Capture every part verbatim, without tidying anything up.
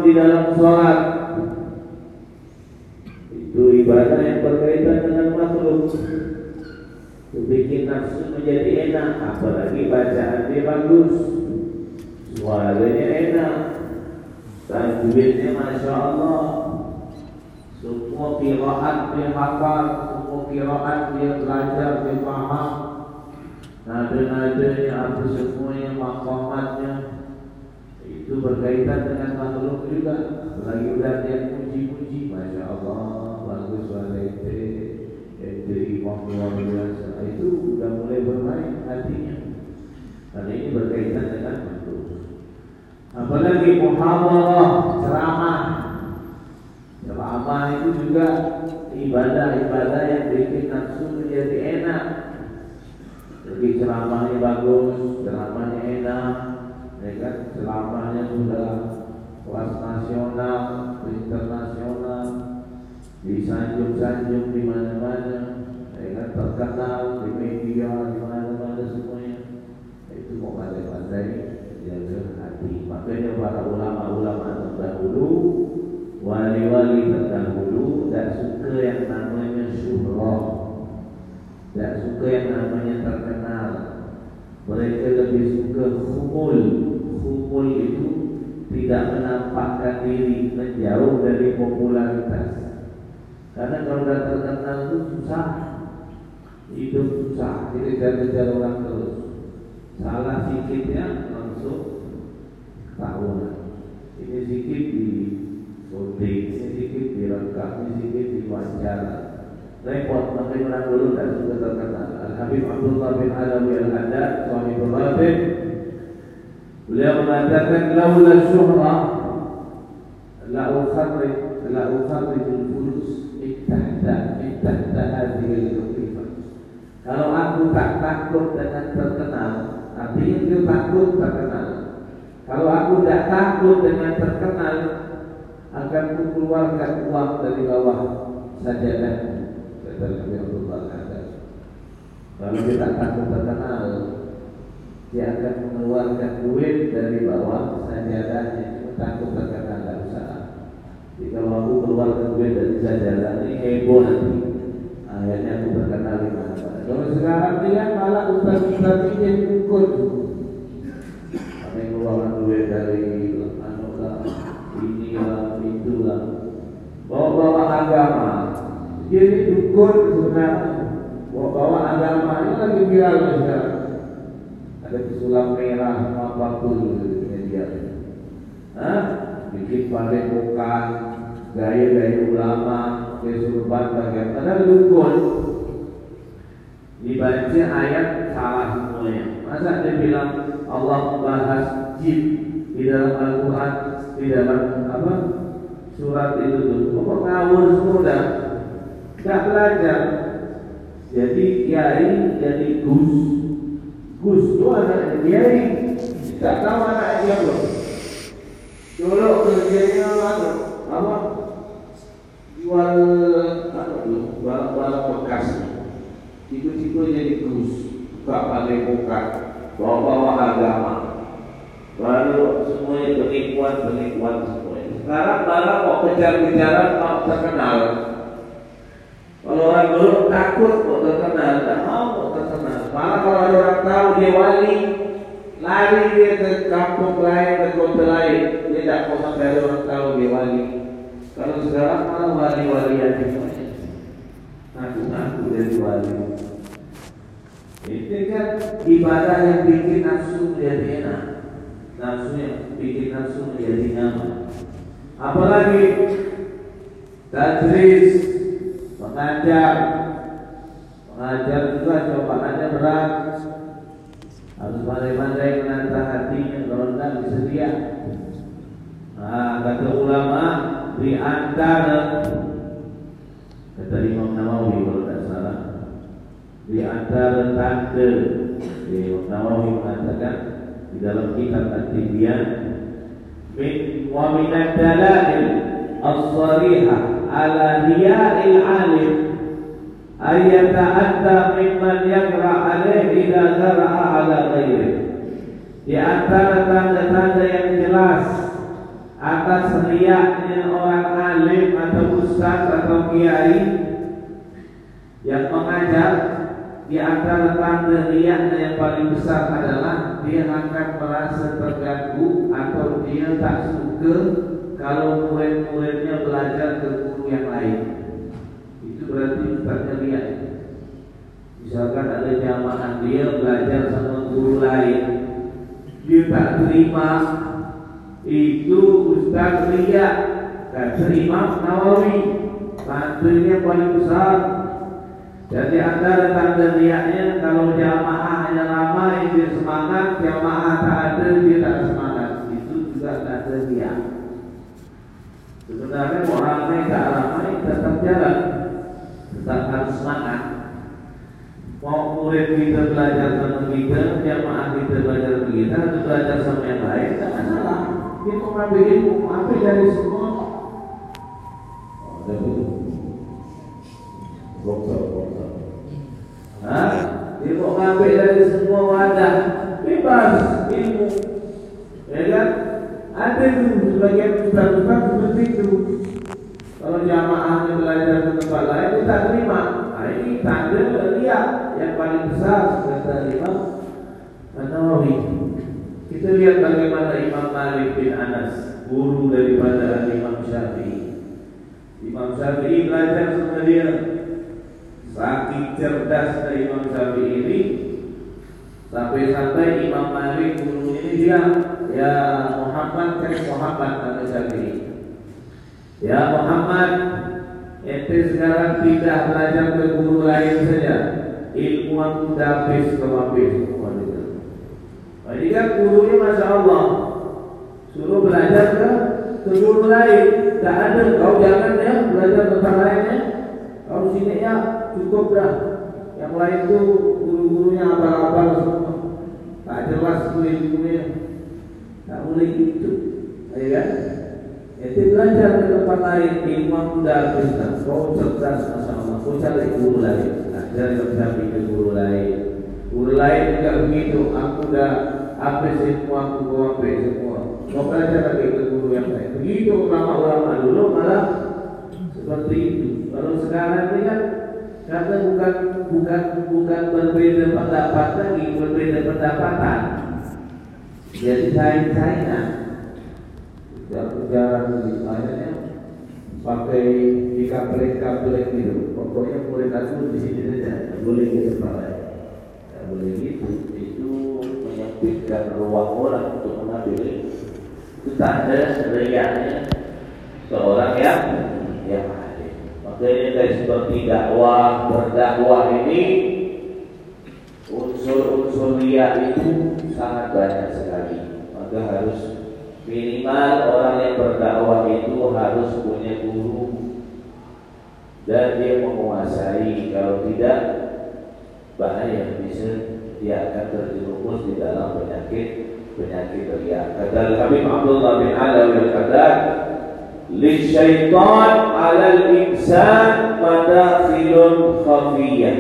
imam di dalam sholat itu ibadah yang berkaitan dengan makhluk, itu bikin nafsu menjadi enak, apalagi bacaan dia bagus, suaranya enak, tajwidnya masya Allah, semua qiraat dia hafal, semua qiraat dia belajar, dia paham, nada-nadanya apa semuanya, maqamatnya itu berkaitan dengan makhluk juga. Apalagi udah dia puji-puji, masya Allah, bagus suara ente, ente imam luar biasa, itu udah mulai bermain hatinya, karena ini berkaitan dengan makhluk. Apalagi muhawarah, ceramah, ceramah itu juga ibadah-ibadah yang bikin nafsu menjadi enak. Jadi ceramahnya bagus, ceramahnya enak, ya kan? Ceramahnya sudah kelas nasional, internasional, disanjung-sanjung di mana-mana, ya kan? Terkenal di media, di mana-mana semuanya. Itu mau pandai-pandai jaga hati. Makanya para ulama-ulama terdahulu, wali-wali terdahulu, tidak suka yang namanya syuhrah, tidak suka yang namanya terkenal. Mereka lebih suka khumul. Khumul itu tidak menampakkan diri, menjauh dari popularitas. Karena kalau sudah terkenal itu susah, hidup susah, dikejar-kejar orang terus. Salah sikitnya langsung ketahuan. Ini sikit di suntik, ini sikit direkam, ini sikit diwawancara. Repot, makanya orang dulu dan sudah terkenal. Al-Habib Abdullah bin Alawi Al-Haddad, suami Rabbih, beliau mengatakan, laula syuhrah la ukharrij la ukharrij al-fulus ittahda ittahda hadhihi al-qifah. Kalau aku tak takut dengan terkenal, artinya dia takut terkenal. Kalau aku tak takut dengan terkenal, akan kukeluarkan uang dari bawah sajadah. Nabi Abdullah ada. Kalau kita takut terkenal, dia akan mengeluarkan duit dari bawah sajadahnya. Cuma takut terkenal, tidak usah. Jadi kalau aku keluarkan duit dari sajadah, ini heboh nanti. Akhirnya aku terkenal di mana-mana. Kalau sekarang dia malah ustaz-ustaz ini ikut. Ada yang keluarkan duit dari anulah, inilah, itulah, bawa-bawa agama. Jadi dukun sebenarnya bawa agama ini lagi viral sekarang. Ada pesulap merah apapun di media. Hah? Bikin padepokan, gaya-gaya ulama, kesurban bagian. Ada dukun. Dibaca ayat salah semuanya. Masa dia bilang Allah membahas jin di dalam Al-Quran, di dalam apa surat itu tuh? Kok ngawur semua? Tidak belajar. Jadi kiai jadi gus. Gus itu anak kiai. Tidak tahu anak dia belum. Dulu kerjanya apa? Apa? Jual apa tuh? Barang-barang bekas. Ciku-ciku jadi gus. Buka padepokan, bawa-bawa agama. Baru semuanya penipuan-penipuan semuanya. Sekarang barang mau kejar-kejaran mau terkenal. Kalau orang dulu takut kok terkenal, tak mau kok terkenal. Malah kalau ada orang tahu dia wali, lari dia ke kampung lain, ke kota lain. Dia tak mau sampai ada orang tahu dia wali. Kalau sekarang malah wali-wali yang semuanya ngaku-ngaku jadi wali. Itu kan ibadah yang bikin nafsu menjadi enak, nafsunya bikin nafsu menjadi nyaman. Apalagi tadris, mengajar, mengajar juga cobaannya berat. Harus pandai-pandai menata hatinya, kalau tidak bisa dia. Nah, kata ulama di antara, kata Imam Nawawi kalau tidak salah, di antara tanda, Imam Nawawi mengatakan di dalam kitab At-Tibyan, min wa min ad-dalail as-sarihah ala riya'il alim ay yata'adda mimman yaqra' alaihi idza qara'a ala ghairi. Di antara tanda-tanda yang jelas atas riya riaknya orang alim atau ustaz atau kiai yang mengajar, di antara tanda riaknya yang paling besar adalah dia akan merasa terganggu atau dia tak suka kalau murid-muridnya belajar ke guru yang lain. Itu berarti ustaznya riak. Misalkan ada jamaah dia belajar sama guru lain, dia tak terima, itu ustaz riak. Kata Imam Nawawi, tandanya paling besar. Jadi antara tanda riaknya, kalau jamaahnya ramai dia semangat, jamaah tak ada dia tak semangat. Itu juga tanda riak. Sebenarnya mau ramai tak ramai tetap jalan, tetap harus semangat. Mau murid kita belajar sama kita, jamaah kita belajar sama kita, atau belajar sama yang lain, tak masalah. Dia mau ambil ilmu, ambil dari semua. Oh, dari boksa, boksa. Hah? Dia mau ambil dari semua wadah, bebas ilmu. Ya kan? Ada itu sebagian ustaz-ustaz seperti itu. Kalau jamaahnya belajar ke tempat lain, dia tak terima. Nah, ini tanda riak yang paling besar, kata Imam Nawawi. Kita lihat bagaimana Imam Malik bin Anas, guru daripada Imam Syafi'i. Imam Syafi'i belajar sama dia. Saking cerdas dari Imam Syafi'i ini, sampai-sampai Imam Malik guru ini bilang, ya Muhammad, kan Muhammad kata Syafi'i. Ya Muhammad, ente sekarang tidak belajar ke guru lain saja, ilmu aku dah habis ke habis. Jadi kan gurunya Masya Allah, suruh belajar ke, ke guru lain. Tak ada, kau jangan ya belajar tempat lainnya. Kau sini ya cukup dah. Yang lain tu guru-gurunya abal-abal semua, tak jelas tu ilmunya. Tak boleh gitu, ya kan? Ente belajar ke tempat lain, ilmu aku dah habis dah. Kau cerdas Masya Allah, kau cari guru lain. Nah, cari sampai ke guru lain. Guru lain juga begitu, aku dah habis ilmu aku, kau habis semua. Kau belajar lagi ke guru yang lain. Begitu ulama-ulama dulu malah seperti itu. Kalau sekarang ini kan karena bukan bukan bukan berbeda pendapat lagi, berbeda pendapatan. Jadi saing-saingan. Jarang misalnya pakai di kaplek-kaplek gitu. Pokoknya murid aku di sini saja, boleh ke tempat lain. Tak boleh gitu. Itu menyempitkan ruang orang untuk mengambil. Itu tanda riaknya seorang yang yang alim. Makanya dari seperti dakwah, berdakwah ini unsur-unsur riak itu sangat banyak sekali. Maka harus minimal orang yang berdakwah itu harus punya guru dan dia menguasai. Kalau tidak, bahaya, bisa dia akan terjerumus di dalam penyakit penyakit riya. Kata Habib Abdullah bin Alawi al-Qaddar, "Lisyaitan 'ala al-insan madakhilun khafiyyah."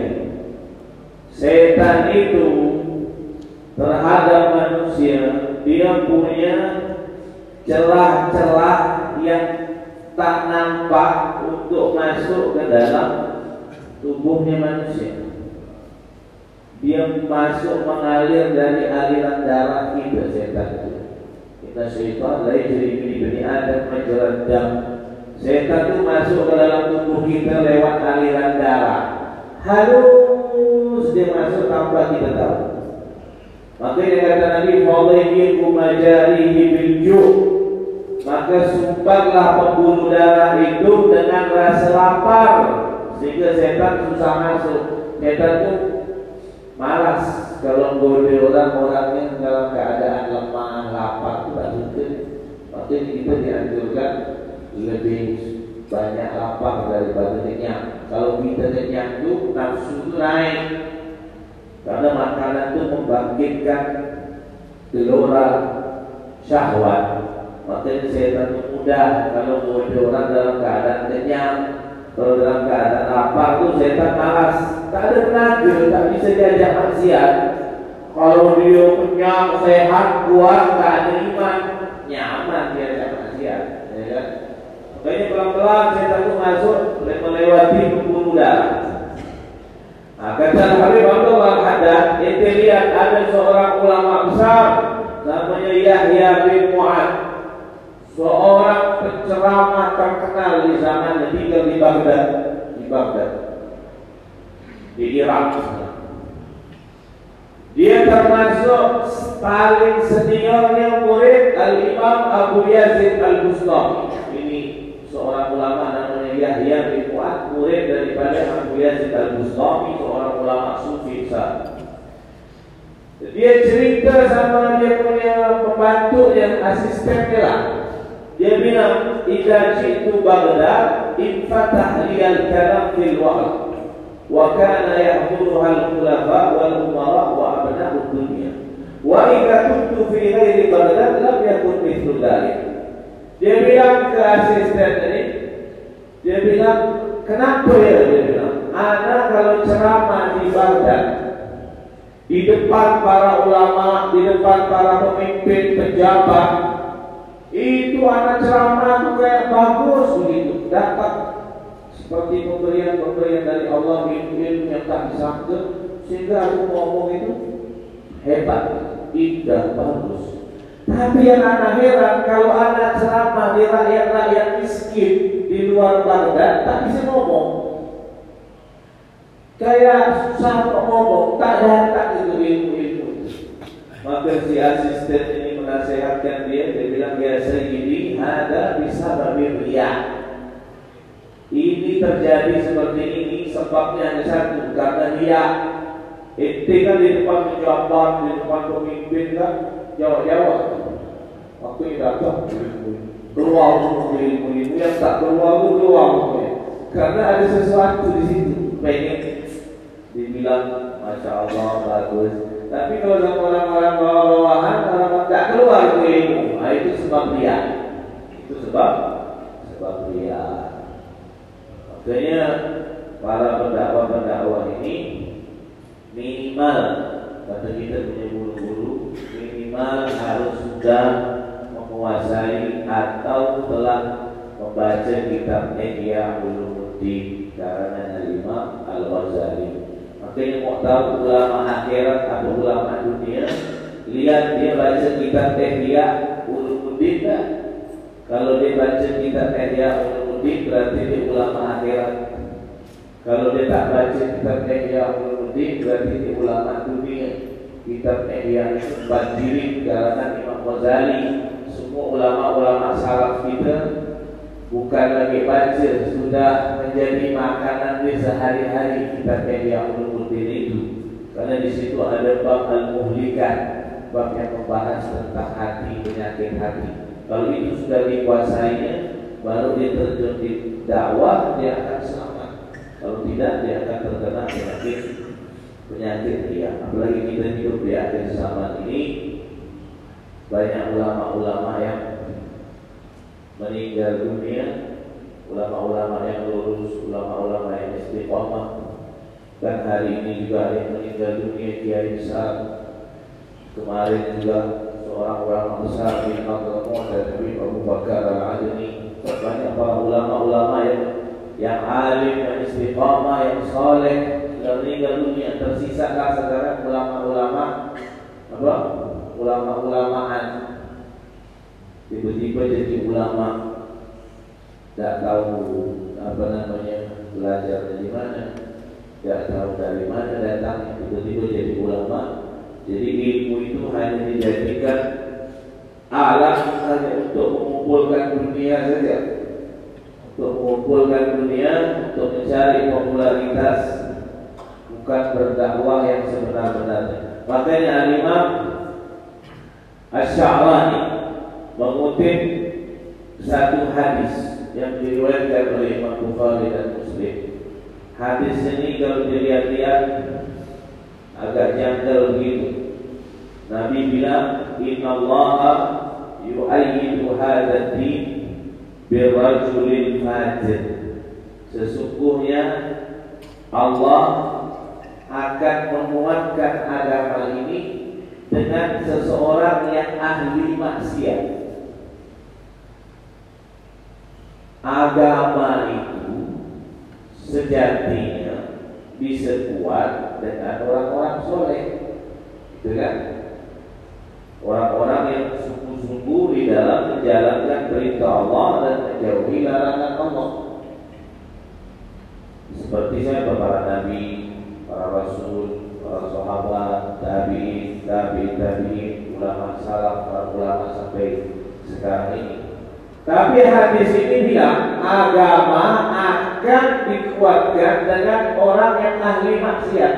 Setan itu terhadap manusia dia punya celah-celah yang tak nampak untuk masuk ke dalam tubuhnya manusia. Dia masuk mengalir dari aliran darah kita, setan itu. Kita syaitan la yajri bi bani Adam majrad dam. Setan itu masuk ke dalam tubuh kita lewat aliran darah. Halus dia masuk tanpa kita tahu. Maka dia kata Nabi, "Fadhihi majarihi bil ju'." Maka sumpahlah pembuluh darah itu dengan rasa lapar, sehingga setan susah masuk. Setan itu malas kalau menggoda orang-orang yang dalam keadaan lemah, lapar, itu tak suka. Makanya kita dianjurkan lebih banyak lapar daripada kenyang. Kalau kita kenyang itu nafsu itu naik, karena makanan itu membangkitkan gelora syahwat. Makanya setan itu mudah kalau menggoda orang dalam keadaan kenyang. Kalau dalam keadaan lapar itu setan malas, tak ada tenaga, tak bisa diajak maksiat. Kalau dia kenyang, sehat, kuat, tak ada iman, nyaman diajak maksiat. ya kan? Makanya pelan-pelan setan itu masuk melewati pembuluh darah. Nah, kata Habib Abdullah Al-Haddad, ente lihat ada seorang ulama besar namanya Yahya bin Mu'ad, seorang penceramah terkenal di zamannya, tinggal di Baghdad, di Baghdad, di Irak. Dia termasuk paling seniornya murid Al-Imam Abu Yazid Al-Bustami. Ini seorang ulama namanya Yahya bin Mu'ad, murid daripada Abu Yazid Al-Bustami, seorang ulama sufi besar. Dia cerita sama dia punya pembantu yang asistennya lah. Dia bilang, "Idza ji'tu Baghdad, infatah liyal kalam fil wa'd, wa kana yahduruha al-khulafa wal umara wa abna'ud dunya. Wa idza kuntu fi ghairi Baghdad lam yakun mithlu dzalik." Dia bilang ke asisten ini, dia bilang, "Kenapa ya?" Dia bilang, "Ana kalau ceramah di Baghdad, di depan para ulama, di depan para pemimpin, pejabat, itu anak ceramah itu kayak bagus begitu, dapat seperti pemberian-pemberian dari Allah, ilmu-ilmu yang tak disangka, sehingga aku ngomong itu hebat, indah, bagus. Tapi yang anak heran, kalau anak ceramah di rakyat-rakyat miskin di luar Baghdad, tak bisa ngomong, kayak susah ngomong, tak datang itu ilmu-ilmu. Maka si asisten ini menasihatkan dia, dia bilang, "Ya Sayyidi, ada bisa babi riya. Ini terjadi seperti ini sebabnya hanya satu, karena dia ente kan di depan pejabat, di depan pemimpin kan jawab-jawab. Waktu ini datang keluar ilmu-ilmu yang tak keluar keluar, karena ada sesuatu di situ pengen dibilang Masya Allah bagus. Tapi kalau sama orang-orang bawa-bawahan, orang tak keluar itu ilmu, nah, itu sebab dia. Itu sebab sebab dia. Makanya para pendakwah-pendakwah ini minimal, kata kita punya guru-guru, minimal harus sudah menguasai atau telah membaca kitab Ihya Ulumuddin karangan Imam Al-Ghazali. Makanya mau tahu ulama akhirat atau ulama dunia, lihat dia baca kitab Ihya Ulumuddin tak? Kalau dia baca kitab Ihya Ulumuddin berarti dia ulama akhirat. Kalau dia tak baca kitab Ihya Ulumuddin berarti dia ulama dunia. Kitab Ihya itu empat jilid karangan Imam Ghazali. Semua ulama-ulama salaf kita bukan lagi baca, sudah menjadi makanan di sehari-hari kitab Ihya Ulumuddin itu. Karena di situ ada bab al-muhlikat, bab yang membahas tentang hati, penyakit hati. Kalau itu sudah dikuasainya, baru dia terjun di dakwah, dia akan selamat. Kalau tidak, dia akan terkena penyakit penyakit dia. Apalagi kita hidup di akhir zaman ini, banyak ulama-ulama yang meninggal dunia, ulama-ulama yang lurus, ulama-ulama yang istiqomah. Dan hari ini juga yang meninggal dunia kiai besar. Kemarin juga seorang ulama besar bin Abdul Mu'ad bin Abu Bakar Al-Adni. Banyak para ulama-ulama yang yang alim, yang istiqomah, yang soleh sudah meninggal dunia. Tersisalah sekarang ulama-ulama apa? Ulama-ulamaan. Tiba-tiba jadi ulama, tidak tahu apa namanya, belajar dari mana, tidak tahu dari mana datang, tiba-tiba jadi ulama. Jadi ilmu itu hanya dijadikan alat hanya untuk mengumpulkan dunia saja, untuk mengumpulkan dunia, untuk mencari popularitas, bukan berdakwah yang sebenar-benarnya. Makanya Al-Imam Asy-Sya'rani mengutip satu hadis yang diriwayatkan oleh Imam Bukhari dan Muslim. Hadis ini kalau dilihat-lihat agak janggal begitu. Nabi bilang, "Innallaha yu'ayyidu hadzal din birrajulil fajir." Sesungguhnya Allah akan menguatkan agama ini dengan seseorang yang ahli maksiat. agama itu sejatinya bisa kuat dengan orang-orang soleh, gitu kan? Orang-orang yang sungguh-sungguh di dalam menjalankan perintah Allah dan menjauhi larangan Allah. Seperti saya para nabi, para rasul, para sahabat, tabi'in, tabi'in, tabi'in, ulama salaf, para ulama sampai sekarang ini. Tapi hadis ini bilang agama akan dikuatkan dengan orang yang ahli maksiat.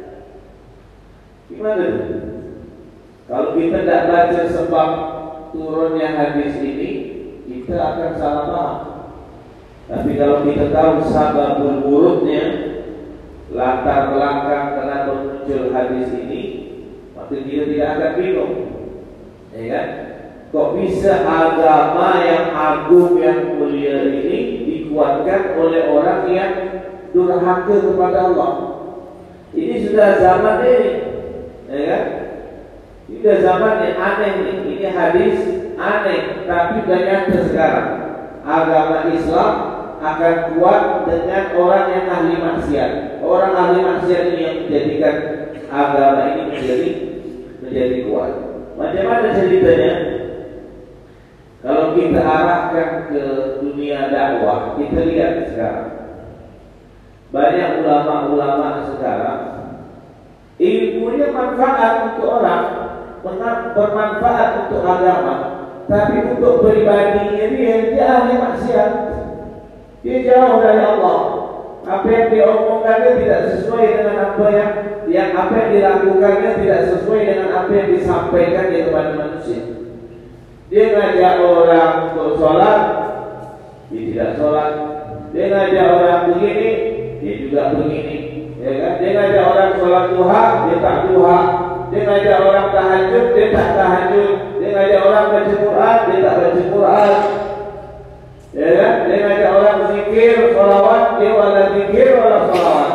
Gimana tuh? Kalau kita tidak baca sebab turunnya hadis ini, kita akan salah paham. Tapi kalau kita tahu sababul wurudnya, latar belakang kenapa muncul hadis ini, maka kita tidak akan bingung, ya kan? Kok bisa agama yang agung yang mulia ini dikuatkan oleh orang yang durhaka kepada Allah? Ini sudah zaman ini, ya kan? Ini sudah zamannya aneh nih. Ini hadis aneh, tapi sudah nyata sekarang. Agama Islam akan kuat dengan orang yang ahli maksiat. Orang ahli maksiat ini yang menjadikan agama ini menjadi menjadi kuat. Macam mana ceritanya? Kalau kita arahkan ke dunia dakwah, kita lihat sekarang banyak ulama-ulama sekarang ilmunya manfaat untuk orang, bermanfaat untuk agama, tapi untuk pribadinya dia, dia ahli maksiat. Dia jauh dari Allah. Apa yang diomongkannya tidak sesuai dengan apa yang yang apa yang dilakukannya tidak sesuai dengan apa yang disampaikan dia kepada manusia. Dia ngajak orang untuk sholat, dia tidak sholat. Dia ngajak orang begini, dia juga begini, ya kan? Dia ngajak orang sholat duha, dia tak duha. Dia ngajak orang tahajud, dia tak tahajud. Dia ngajak orang baca Quran, dia tak baca Quran. Ya kan? Dia ngajak orang zikir, sholawat, dia wala zikir, wala sholawat.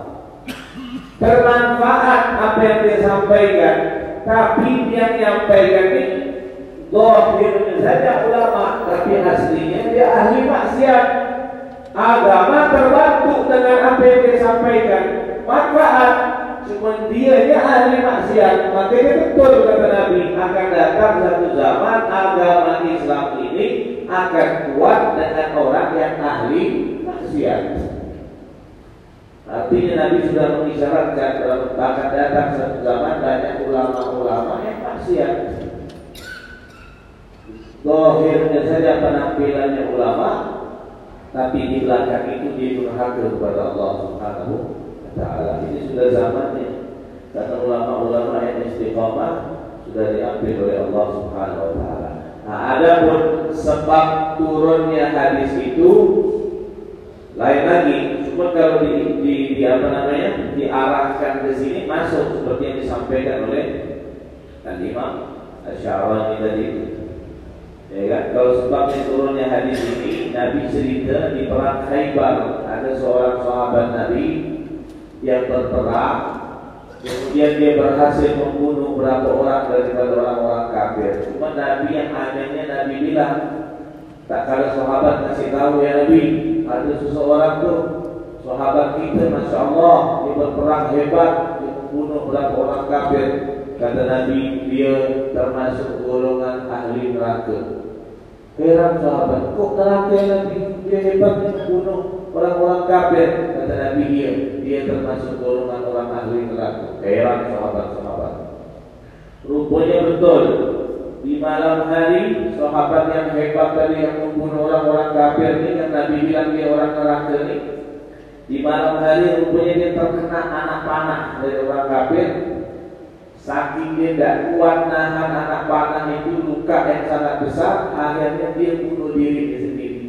Bermanfaat apa yang dia sampaikan, tapi yang menyampaikan ini zahirnya saja ulama, tapi aslinya dia ahli maksiat. Agama terbantu dengan apa yang dia sampaikan, manfaat, cuma dia dia ahli maksiat. Makanya betul kata Nabi, akan datang satu zaman agama Islam ini akan kuat dengan orang yang ahli maksiat. Artinya Nabi sudah mengisyaratkan dalam akan datang satu zaman banyak ulama-ulama yang maksiat. Zahirnya saja penampilannya ulama, tapi di belakang itu dia durhaka kepada Allah Subhanahu wa taala. Ini sudah zamannya. Kata ulama-ulama yang istiqamah sudah diambil oleh Allah Subhanahu wa taala. Nah, adapun sebab turunnya hadis itu lain lagi. Cuma kalau di, di, di apa namanya diarahkan ke sini masuk seperti yang disampaikan oleh Imam Asy-Sya'rani tadi. Ya kan? Kalau sebabnya turunnya hadis ini, Nabi cerita di perang Khaybar ada seorang sahabat Nabi yang berperang, kemudian dia berhasil membunuh berapa orang daripada orang-orang kafir. Cuma Nabi yang anehnya, Nabi bilang, tak kala sahabat kasih tahu, ya Nabi, ada seseorang tuh sahabat kita, masya Allah, dia berperang hebat, dia membunuh berapa orang kafir. Kata Nabi, dia termasuk golongan ahli neraka. Heran sahabat, kok neraka Nabi? Dia hebat membunuh orang-orang kafir. Kata Nabi, dia dia termasuk golongan orang ahli neraka. Heran sahabat-sahabat. Rupanya betul. Di malam hari, sahabat yang hebat tadi yang membunuh orang-orang kafir ini, yang Nabi bilang dia orang neraka ini, di malam hari rupanya dia terkena anak panah dari orang kafir. Saking dia tidak kuat nahan anak panah itu, luka yang sangat besar, akhirnya dia bunuh diri sendiri.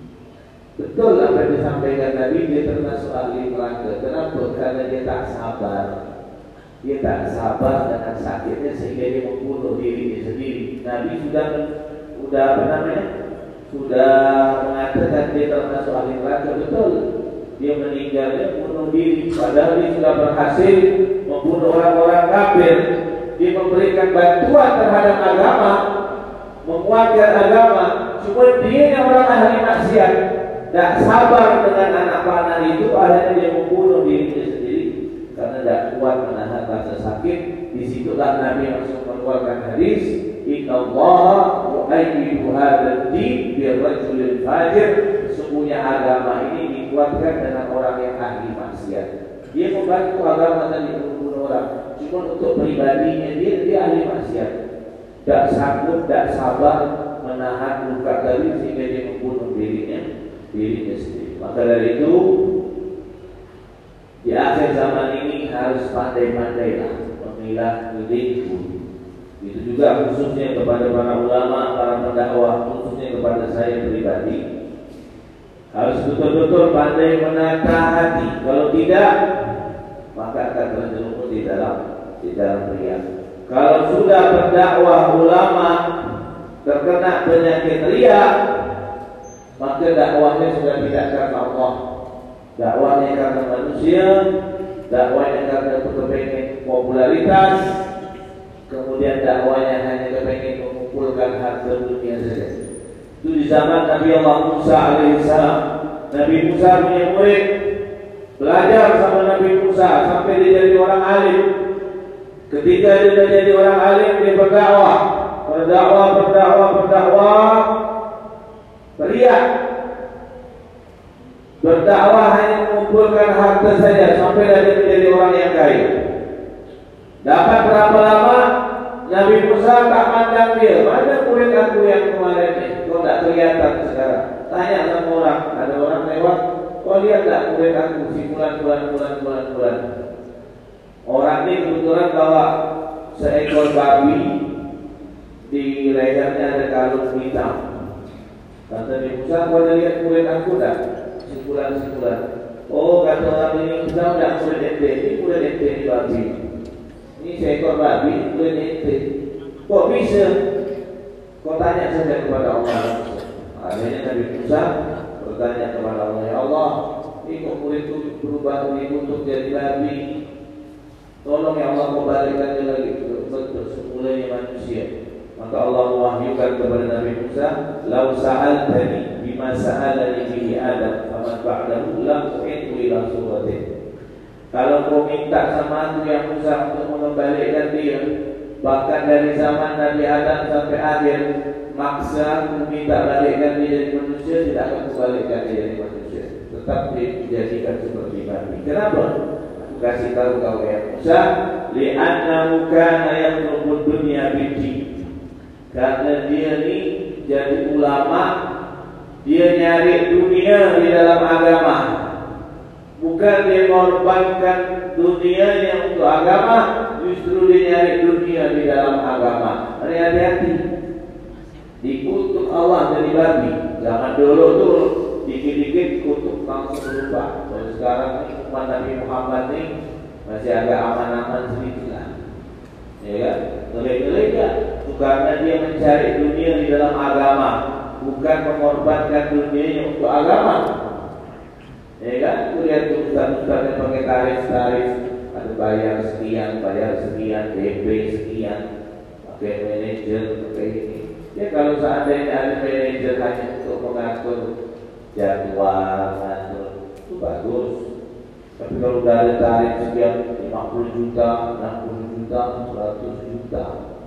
Betul apa yang disampaikan tadi, dia termasuk ahli neraka. Kenapa? Karena dia tak sabar. Dia tak sabar dengan sakitnya sehingga dia membunuh dirinya sendiri. Nabi sudah sudah apa namanya? Sudah mengatakan dia termasuk ahli neraka. Betul. Dia meninggalnya bunuh diri, padahal dia sudah berhasil membunuh orang-orang kafir. Dia memberikan bantuan terhadap agama, menguatkan agama. Cuma dia yang orang ahli maksiat, tidak sabar dengan anak panah itu, akhirnya dia membunuh dirinya sendiri karena tidak kuat menahan rasa sakit. Disitulah Nabi langsung mengeluarkan hadis, Inna Allah yu'ayyidu hadzal din birrajulil fajir. Sesungguhnya agama ini dikuatkan dengan orang yang ahli maksiat. Dia membantu agama tadi membunuh orang. Cuma untuk pribadinya dia dia ahli maksiat. Tidak sanggup, tidak sabar menahan luka tadi sehingga dia membunuh dirinya dirinya sendiri. Maka dari itu di akhir zaman ini harus pandai-pandailah memilah diriku. Itu juga khususnya kepada para ulama, para pendakwah, khususnya kepada saya pribadi. Harus betul-betul pandai menata hati. Kalau tidak, maka akan terjerumus di dalam di dalam riya. Kalau sudah berdakwah ulama terkena penyakit riya, maka dakwahnya sudah tidak karena Allah, dakwahnya karena manusia, dakwahnya karena kepengen popularitas, kemudian dakwahnya hanya kepengen mengumpulkan harta dunia saja. Itu di zaman Nabi Allah Musa alaihissalam. Nabi Musa punya murid, belajar sama Nabi Musa sampai dia jadi orang alim. Ketika dia sudah jadi orang alim, dia berdakwah, berdakwah, berdakwah, berdakwah, teriak, berdakwah hanya mengumpulkan harta saja sampai dia menjadi orang yang kaya. Dapat berapa lama? Nabi Musa tak pandang dia. Mana murid aku yang kemarin ni? Kau tak kelihatan sekarang. Tanya sama orang, ada orang lewat, kau lihat tak murid aku si bulan bulan bulan bulan bulan. Orang ini kebetulan bawa seekor babi, di lehernya ada kalung hitam. Kata Nabi Musa, kau dah lihat murid aku tak? Si bulan si bulan. Oh, kata orang ini, Musa tak murid ente, ini murid ente ni babi. Ini seekor babi, murid ente. Kok bisa? Kau tanya saja kepada Allah. Akhirnya Nabi Musa bertanya kepada Allah, ya Allah, ini kok murid itu berubah untuk jadi babi? Tolong ya Allah, kau balikkan dia lagi bentuk semulanya manusia. Maka Allah mewahyukan kepada Nabi Musa, "Lau sa'altani bima sa'alani bihi Adam, faman ba'dahu lam u'idu ila suratihi." Kalau kau minta sama aku yang Musa untuk mengembalikan dia, bahkan dari zaman Nabi Adam sampai akhir, maksa aku minta balikkan dia jadi manusia, tidak akan kubalikkan dia jadi manusia. Tetap dijadikan seperti babi. Kenapa? Kasih tahu kau ya Musa, li'annahu kana yatlubud dunya bid-din. Karena dia ni jadi ulama, dia nyari dunia di dalam agama. Bukan dia mengorbankan dunianya untuk agama, justru dia nyari dunia di dalam agama. Hati-hati. Dikutuk Allah jadi babi. Zaman dulu tuh dikit-dikit kutuk langsung lupa. Dan sekarang ini umat Nabi Muhammad ini masih agak aman-aman sedikit lah. Ya kan? Geleng-geleng ya. Karena dia mencari dunia di dalam agama, bukan mengorbankan dunianya untuk agama. Ya kan? Itu lihat ustaz-ustaz yang pakai tarif-tarif, ada bayar sekian, bayar sekian, D P sekian, pakai manajer, pakai ini. Ya kalau seandainya ada manajer hanya untuk mengatur jadwal, ngatur, itu bagus. Tapi kalau udah ada tarif sekian lima puluh juta, enam puluh juta, seratus juta,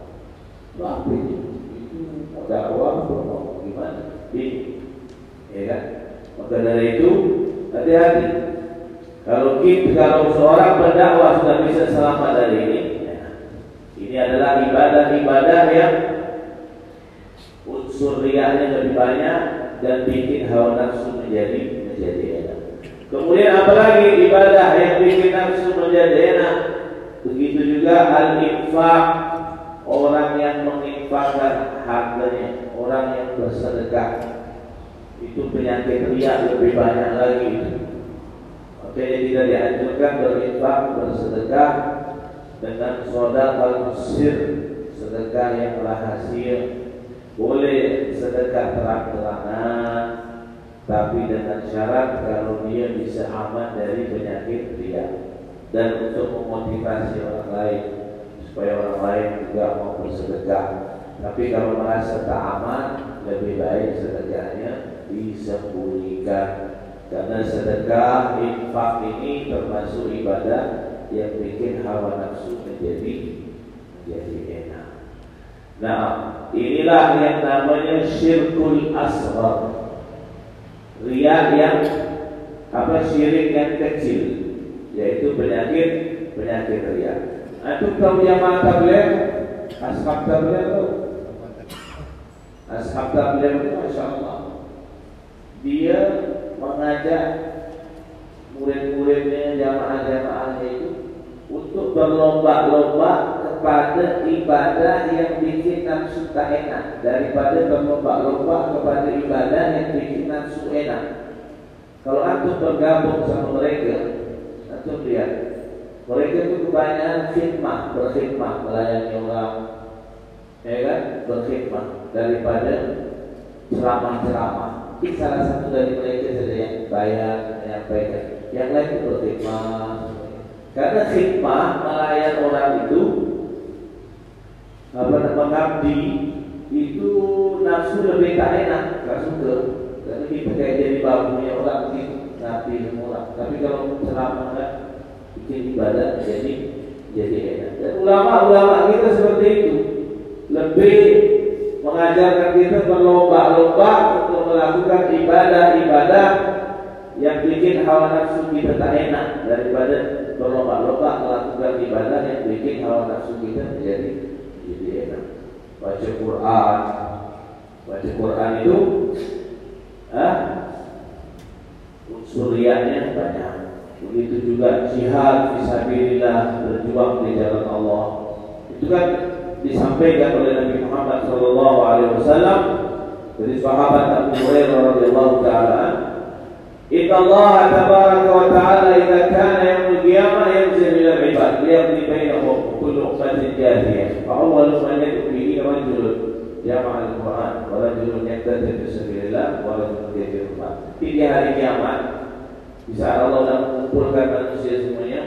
apa itu? Itu modal uang, gimana? Ini, ya kan? Maka dari itu hati-hati. Kalau kita, kalau seorang pendakwah sudah bisa selamat dari ini, ya, ini adalah ibadah-ibadah yang unsur riyahnya lebih banyak dan bikin hawa nafsu menjadi menjadi enak. Kemudian apalagi ibadah yang bikin nafsu menjadi enak? Begitu juga al-infaq, orang yang menginfakkan hartanya, orang yang bersedekah. Itu penyakit riya lebih banyak lagi. Makanya tidak dianjurkan berinfak, bersedekah dengan sedekah sir, sedekah yang rahasia. Boleh sedekah terang-terangan, tapi dengan syarat kalau dia bisa aman dari penyakit riya dan untuk memotivasi orang lain supaya orang lain juga mau bersedekah. Tapi kalau merasa tak aman, lebih baik sedekahnya disembunyikan. Karena sedekah infak ini termasuk ibadah yang bikin hawa nafsu menjadi menjadi enak. Nah, inilah yang namanya syirkul asghar. Riya yang apa syirik yang kecil, yaitu penyakit penyakit riya. Antum tahu jamaah tabligh, ashab tabligh itu, ashab tabligh itu masya Allah, dia mengajak murid-muridnya, jamaah-jamaahnya itu untuk berlomba-lomba kepada ibadah yang bikin nafsu tak enak daripada berlomba-lomba kepada ibadah yang bikin nafsu enak. Kalau antum bergabung sama mereka, antum lihat mereka itu kebanyakan khidmah, berkhidmah, melayani orang, ya kan, berkhidmah daripada ceramah-ceramah. Ini salah satu dari mereka saja yang bayar, menyampaikan. Yang lain itu berkhidmah. Karena khidmah melayani orang itu apa mengabdi itu nafsu lebih tak enak, tak suka. Karena kita kayak jadi babunya orang mungkin ngabdi semua orang. Tapi kalau ceramah kan bikin ibadah jadi jadi enak. Dan ulama-ulama kita seperti itu lebih mengajarkan kita berlomba-lomba untuk melakukan ibadah-ibadah yang bikin hawa nafsu kita tak enak daripada berlomba-lomba melakukan ibadah yang bikin hawa nafsu kita menjadi jadi enak. Baca Quran, baca Quran itu, ah, unsur riyanya banyak. Begitu juga jihad fisabilillah, berjuang di jalan Allah. Itu kan disampaikan oleh Nabi Muhammad Shallallahu Alaihi Wasallam dari sahabat Abu Hurairah radhiyallahu taala. Inna Allah tabaraka wa taala idza kana yaumul qiyamah yanzil ila al-ibad liyaqdi bainahum kullu ummatin jathiyah. Fa awwalu man yad'u bihi rajulun jama'a al-Qur'an wa rajulun yaqtadi fi sabilillah wa rajulun yajru al-mal. Di hari kiamat di saat Allah akan mengumpulkan manusia semuanya,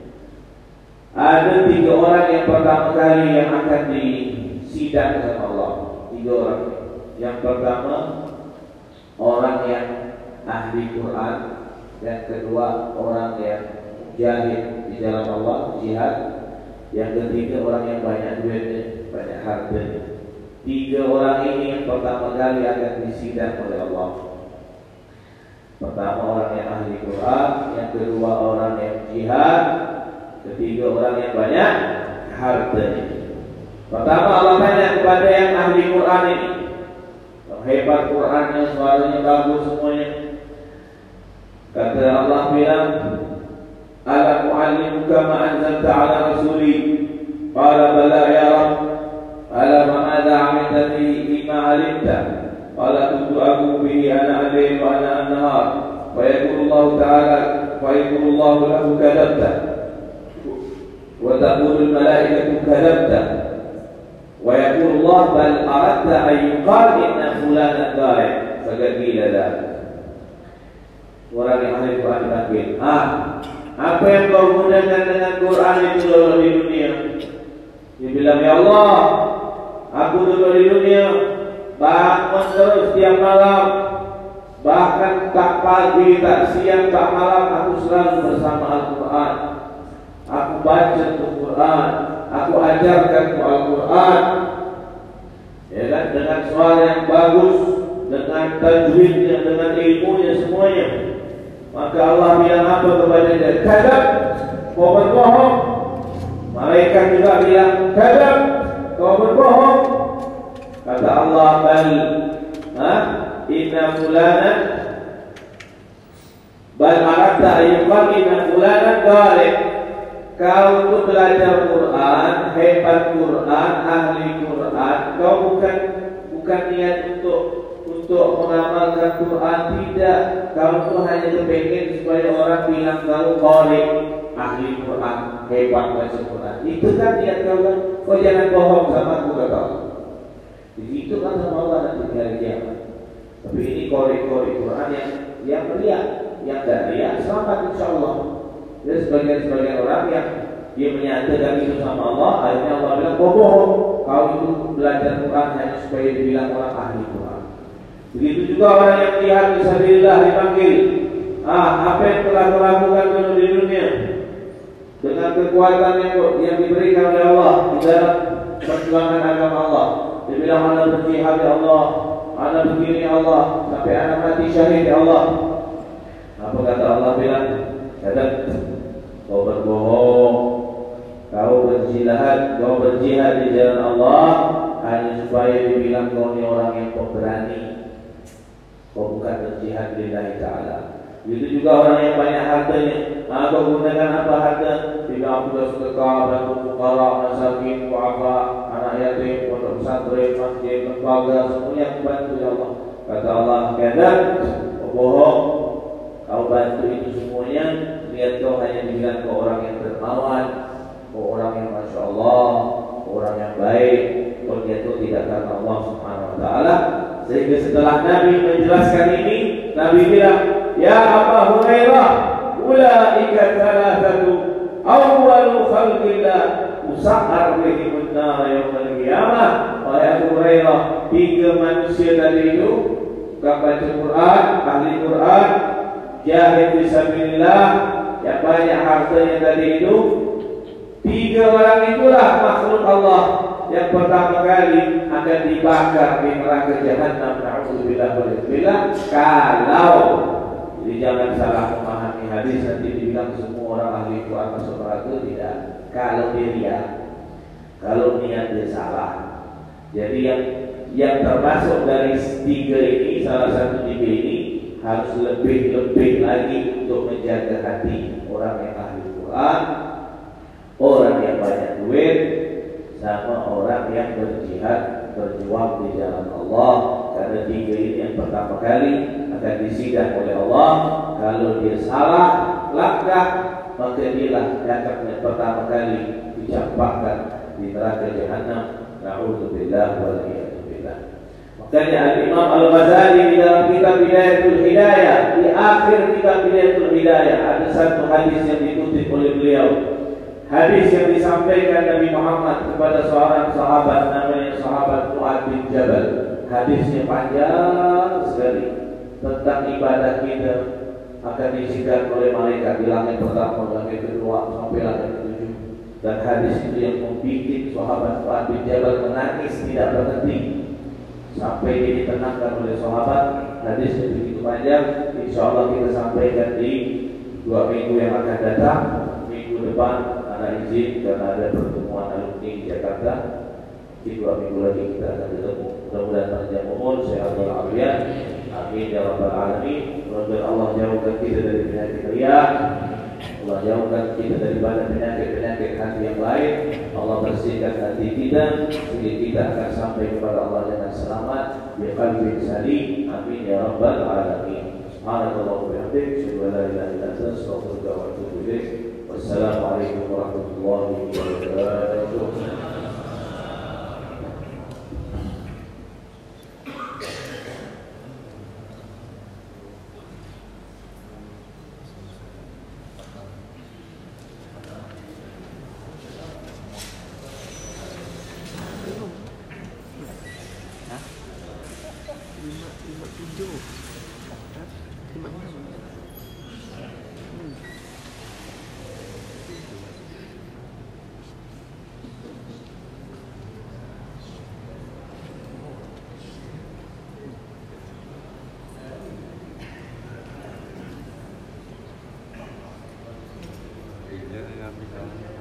ada tiga orang yang pertama kali yang akan disidang oleh Allah. Tiga orang. Yang pertama orang yang ahli Quran, yang kedua orang yang jahid di jalan Allah, jihad, yang ketiga orang yang banyak duitnya, banyak hartanya. Tiga orang ini yang pertama kali akan disidang oleh Allah. Pertama orang yang ahli Quran, yang kedua orang yang jihad, ketiga orang yang banyak hartanya. Pertama Allah tanya kepada yang ahli Quran ini, yang hebat Qurannya, suaranya bagus semuanya. Kata Allah bilang, "Ala mu'allimuka ma anzalta ala rasuli?" Qala bala ya Rabb. "Ala ma madza 'amilta bihi lima 'alimta?" Qala kuntu aqumu bihi ana al-layl wa ana an-nahar. Wa yaqulu Allah ta'ala, wa yaqulu Allah lahu kadabta. وتقول الملائكة كذبت ويقول الله بل أردت أن يقال إن فلانا ضارع فقد قيل ذلك. Orang yang ahli Quran dipanggil, ah, apa yang kau gunakan dengan Quran itu dulu di dunia? Dia bilang, ya Allah, aku dulu di dunia bangun terus tiap malam, bahkan tak pagi, tak siang, tak malam, aku selalu bersama Al-Quran. Aku baca Al-Quran, aku ajarkan Al-Quran, ya kan, dengan suara yang bagus, dengan tajwidnya, dengan ilmunya semuanya. Maka Allah bilang apa kepada dia? Kadzab, kau berbohong. Malaikat juga bilang, kadzab, kau berbohong. Kata Allah, bal, ha, inna fulana, bal aradta ayyuqal inna fulana dhalik. Kau itu belajar Quran, hebat Quran, ahli Quran. Kau bukan bukan niat untuk untuk mengamalkan Quran, tidak. Kau itu hanya kepengen supaya orang bilang kau qari, ahli Quran, hebat baca Quran. Itu kan niat kau kan. Kau jangan bohong sama aku kata Allah. Di situ kan sama Allah nanti hari kiamat. Tapi ini qari-qari Quran yang yang riya, yang tidak riya selamat insyaallah. Jadi sebagian-sebagian orang yang dia menyatakan itu sama Allah, akhirnya Allah bilang, kau bohong, kau itu belajar Quran hanya supaya dibilang orang ahli Quran. Begitu juga orang yang jihad fisabilillah dipanggil. Ah, apa yang telah kau lakukan dulu di dunia dengan kekuatan yang, yang diberikan oleh Allah di dalam perjuangan agama Allah. Dia bilang, ana berjihad ya Allah, ana begini ya Allah, sampai ana mati syahid ya Allah. Apa kata Allah bilang? Kata, kau berbohong, kau berjihad, kau berjihad di jalan Allah hanya supaya dibilang kau ni orang yang pemberani. Kau bukan berjihad lillahi ta'ala. Begitu juga orang yang banyak hartanya. Nah, kau gunakan apa harta? Tidak aku dah sedekah, bantu fuqara, masakin, du'afa, anak yatim, pondok pesantren, masjid, lembaga, semuanya aku bantu ya Allah. Kata Allah, kadzab, kau bohong. Kau bantu itu semuanya, lihat kau hanya dibilang kau orang yang dermawan, kau orang yang masya Allah, kau orang yang baik. Kau itu tidak karena Allah Subhanahu Wa Taala. Sehingga setelah Nabi menjelaskan ini, Nabi bilang, ya Abu Hurairah, ulaika thalathatu awwalu khalqillah usahar bihim an-nar yaumil qiyamah. Wahai Abu Hurairah, tiga manusia tadi itu, tukang baca Quran, ahli Quran, jahid fisabilillah, yang banyak hartanya tadi itu, tiga orang itulah makhluk Allah yang pertama kali akan dibakar di neraka Jahannam. Na'udzubillah walillah. Kalau, jadi jangan salah memahami hadis nanti dibilang semua orang ahli Quran masuk neraka, tidak. Kalau dia lihat, kalau niat dia salah. Jadi yang yang termasuk dari tiga ini, salah satu tiga ini harus lebih-lebih lagi untuk menjaga hati orang yang ahli Quran, orang yang banyak duit, sama orang yang berjihad, berjuang di jalan Allah. Karena tiga ini yang pertama kali akan disidang oleh Allah. Kalau dia salah langkah, maka dialah yang akan pertama kali dicampakkan di neraka Jahannam. Na'udzubillah waliyadzubillah. Makanya Al-Imam Al-Ghazali di dalam kitab Bidayatul Hidayah, di akhir kitab Bidayatul Hidayah, ada satu hadis yang dikutip oleh beliau. Hadis yang disampaikan Nabi Muhammad kepada seorang sahabat namanya sahabat Mu'adz bin Jabal. Hadisnya panjang sekali tentang ibadah kita akan disidang oleh malaikat di langit pertama, langit kedua, sampai langit ketujuh. Dan hadis itu yang membuat sahabat Mu'adz bin Jabal menangis tidak berhenti sampai dia ditenangkan oleh sahabat. Hadisnya begitu panjang. Insya Allah kita sampaikan di dua minggu yang akan datang. Minggu depan ada izin karena ada pertemuan alumni di Jakarta. Di dua minggu lagi kita akan bertemu. Mudah-mudahan panjang umur, sehat walafiat. Amin ya rabbal alamin. Mudah-mudahan Allah jauhkan kita dari penyakit riya. Allah jauhkan kita daripada penyakit-penyakit hati yang lain. Allah bersihkan hati kita sehingga kita akan sampai kepada Allah dengan selamat. Ya qalbin salim. Amin ya rabbal alamin. Subhanallah wa bihamdihi, asyhadu an la ilaha illa anta, astaghfiruka wa atubu ilaik. Wassalamualaikum warahmatullahi wabarakatuh. Jangan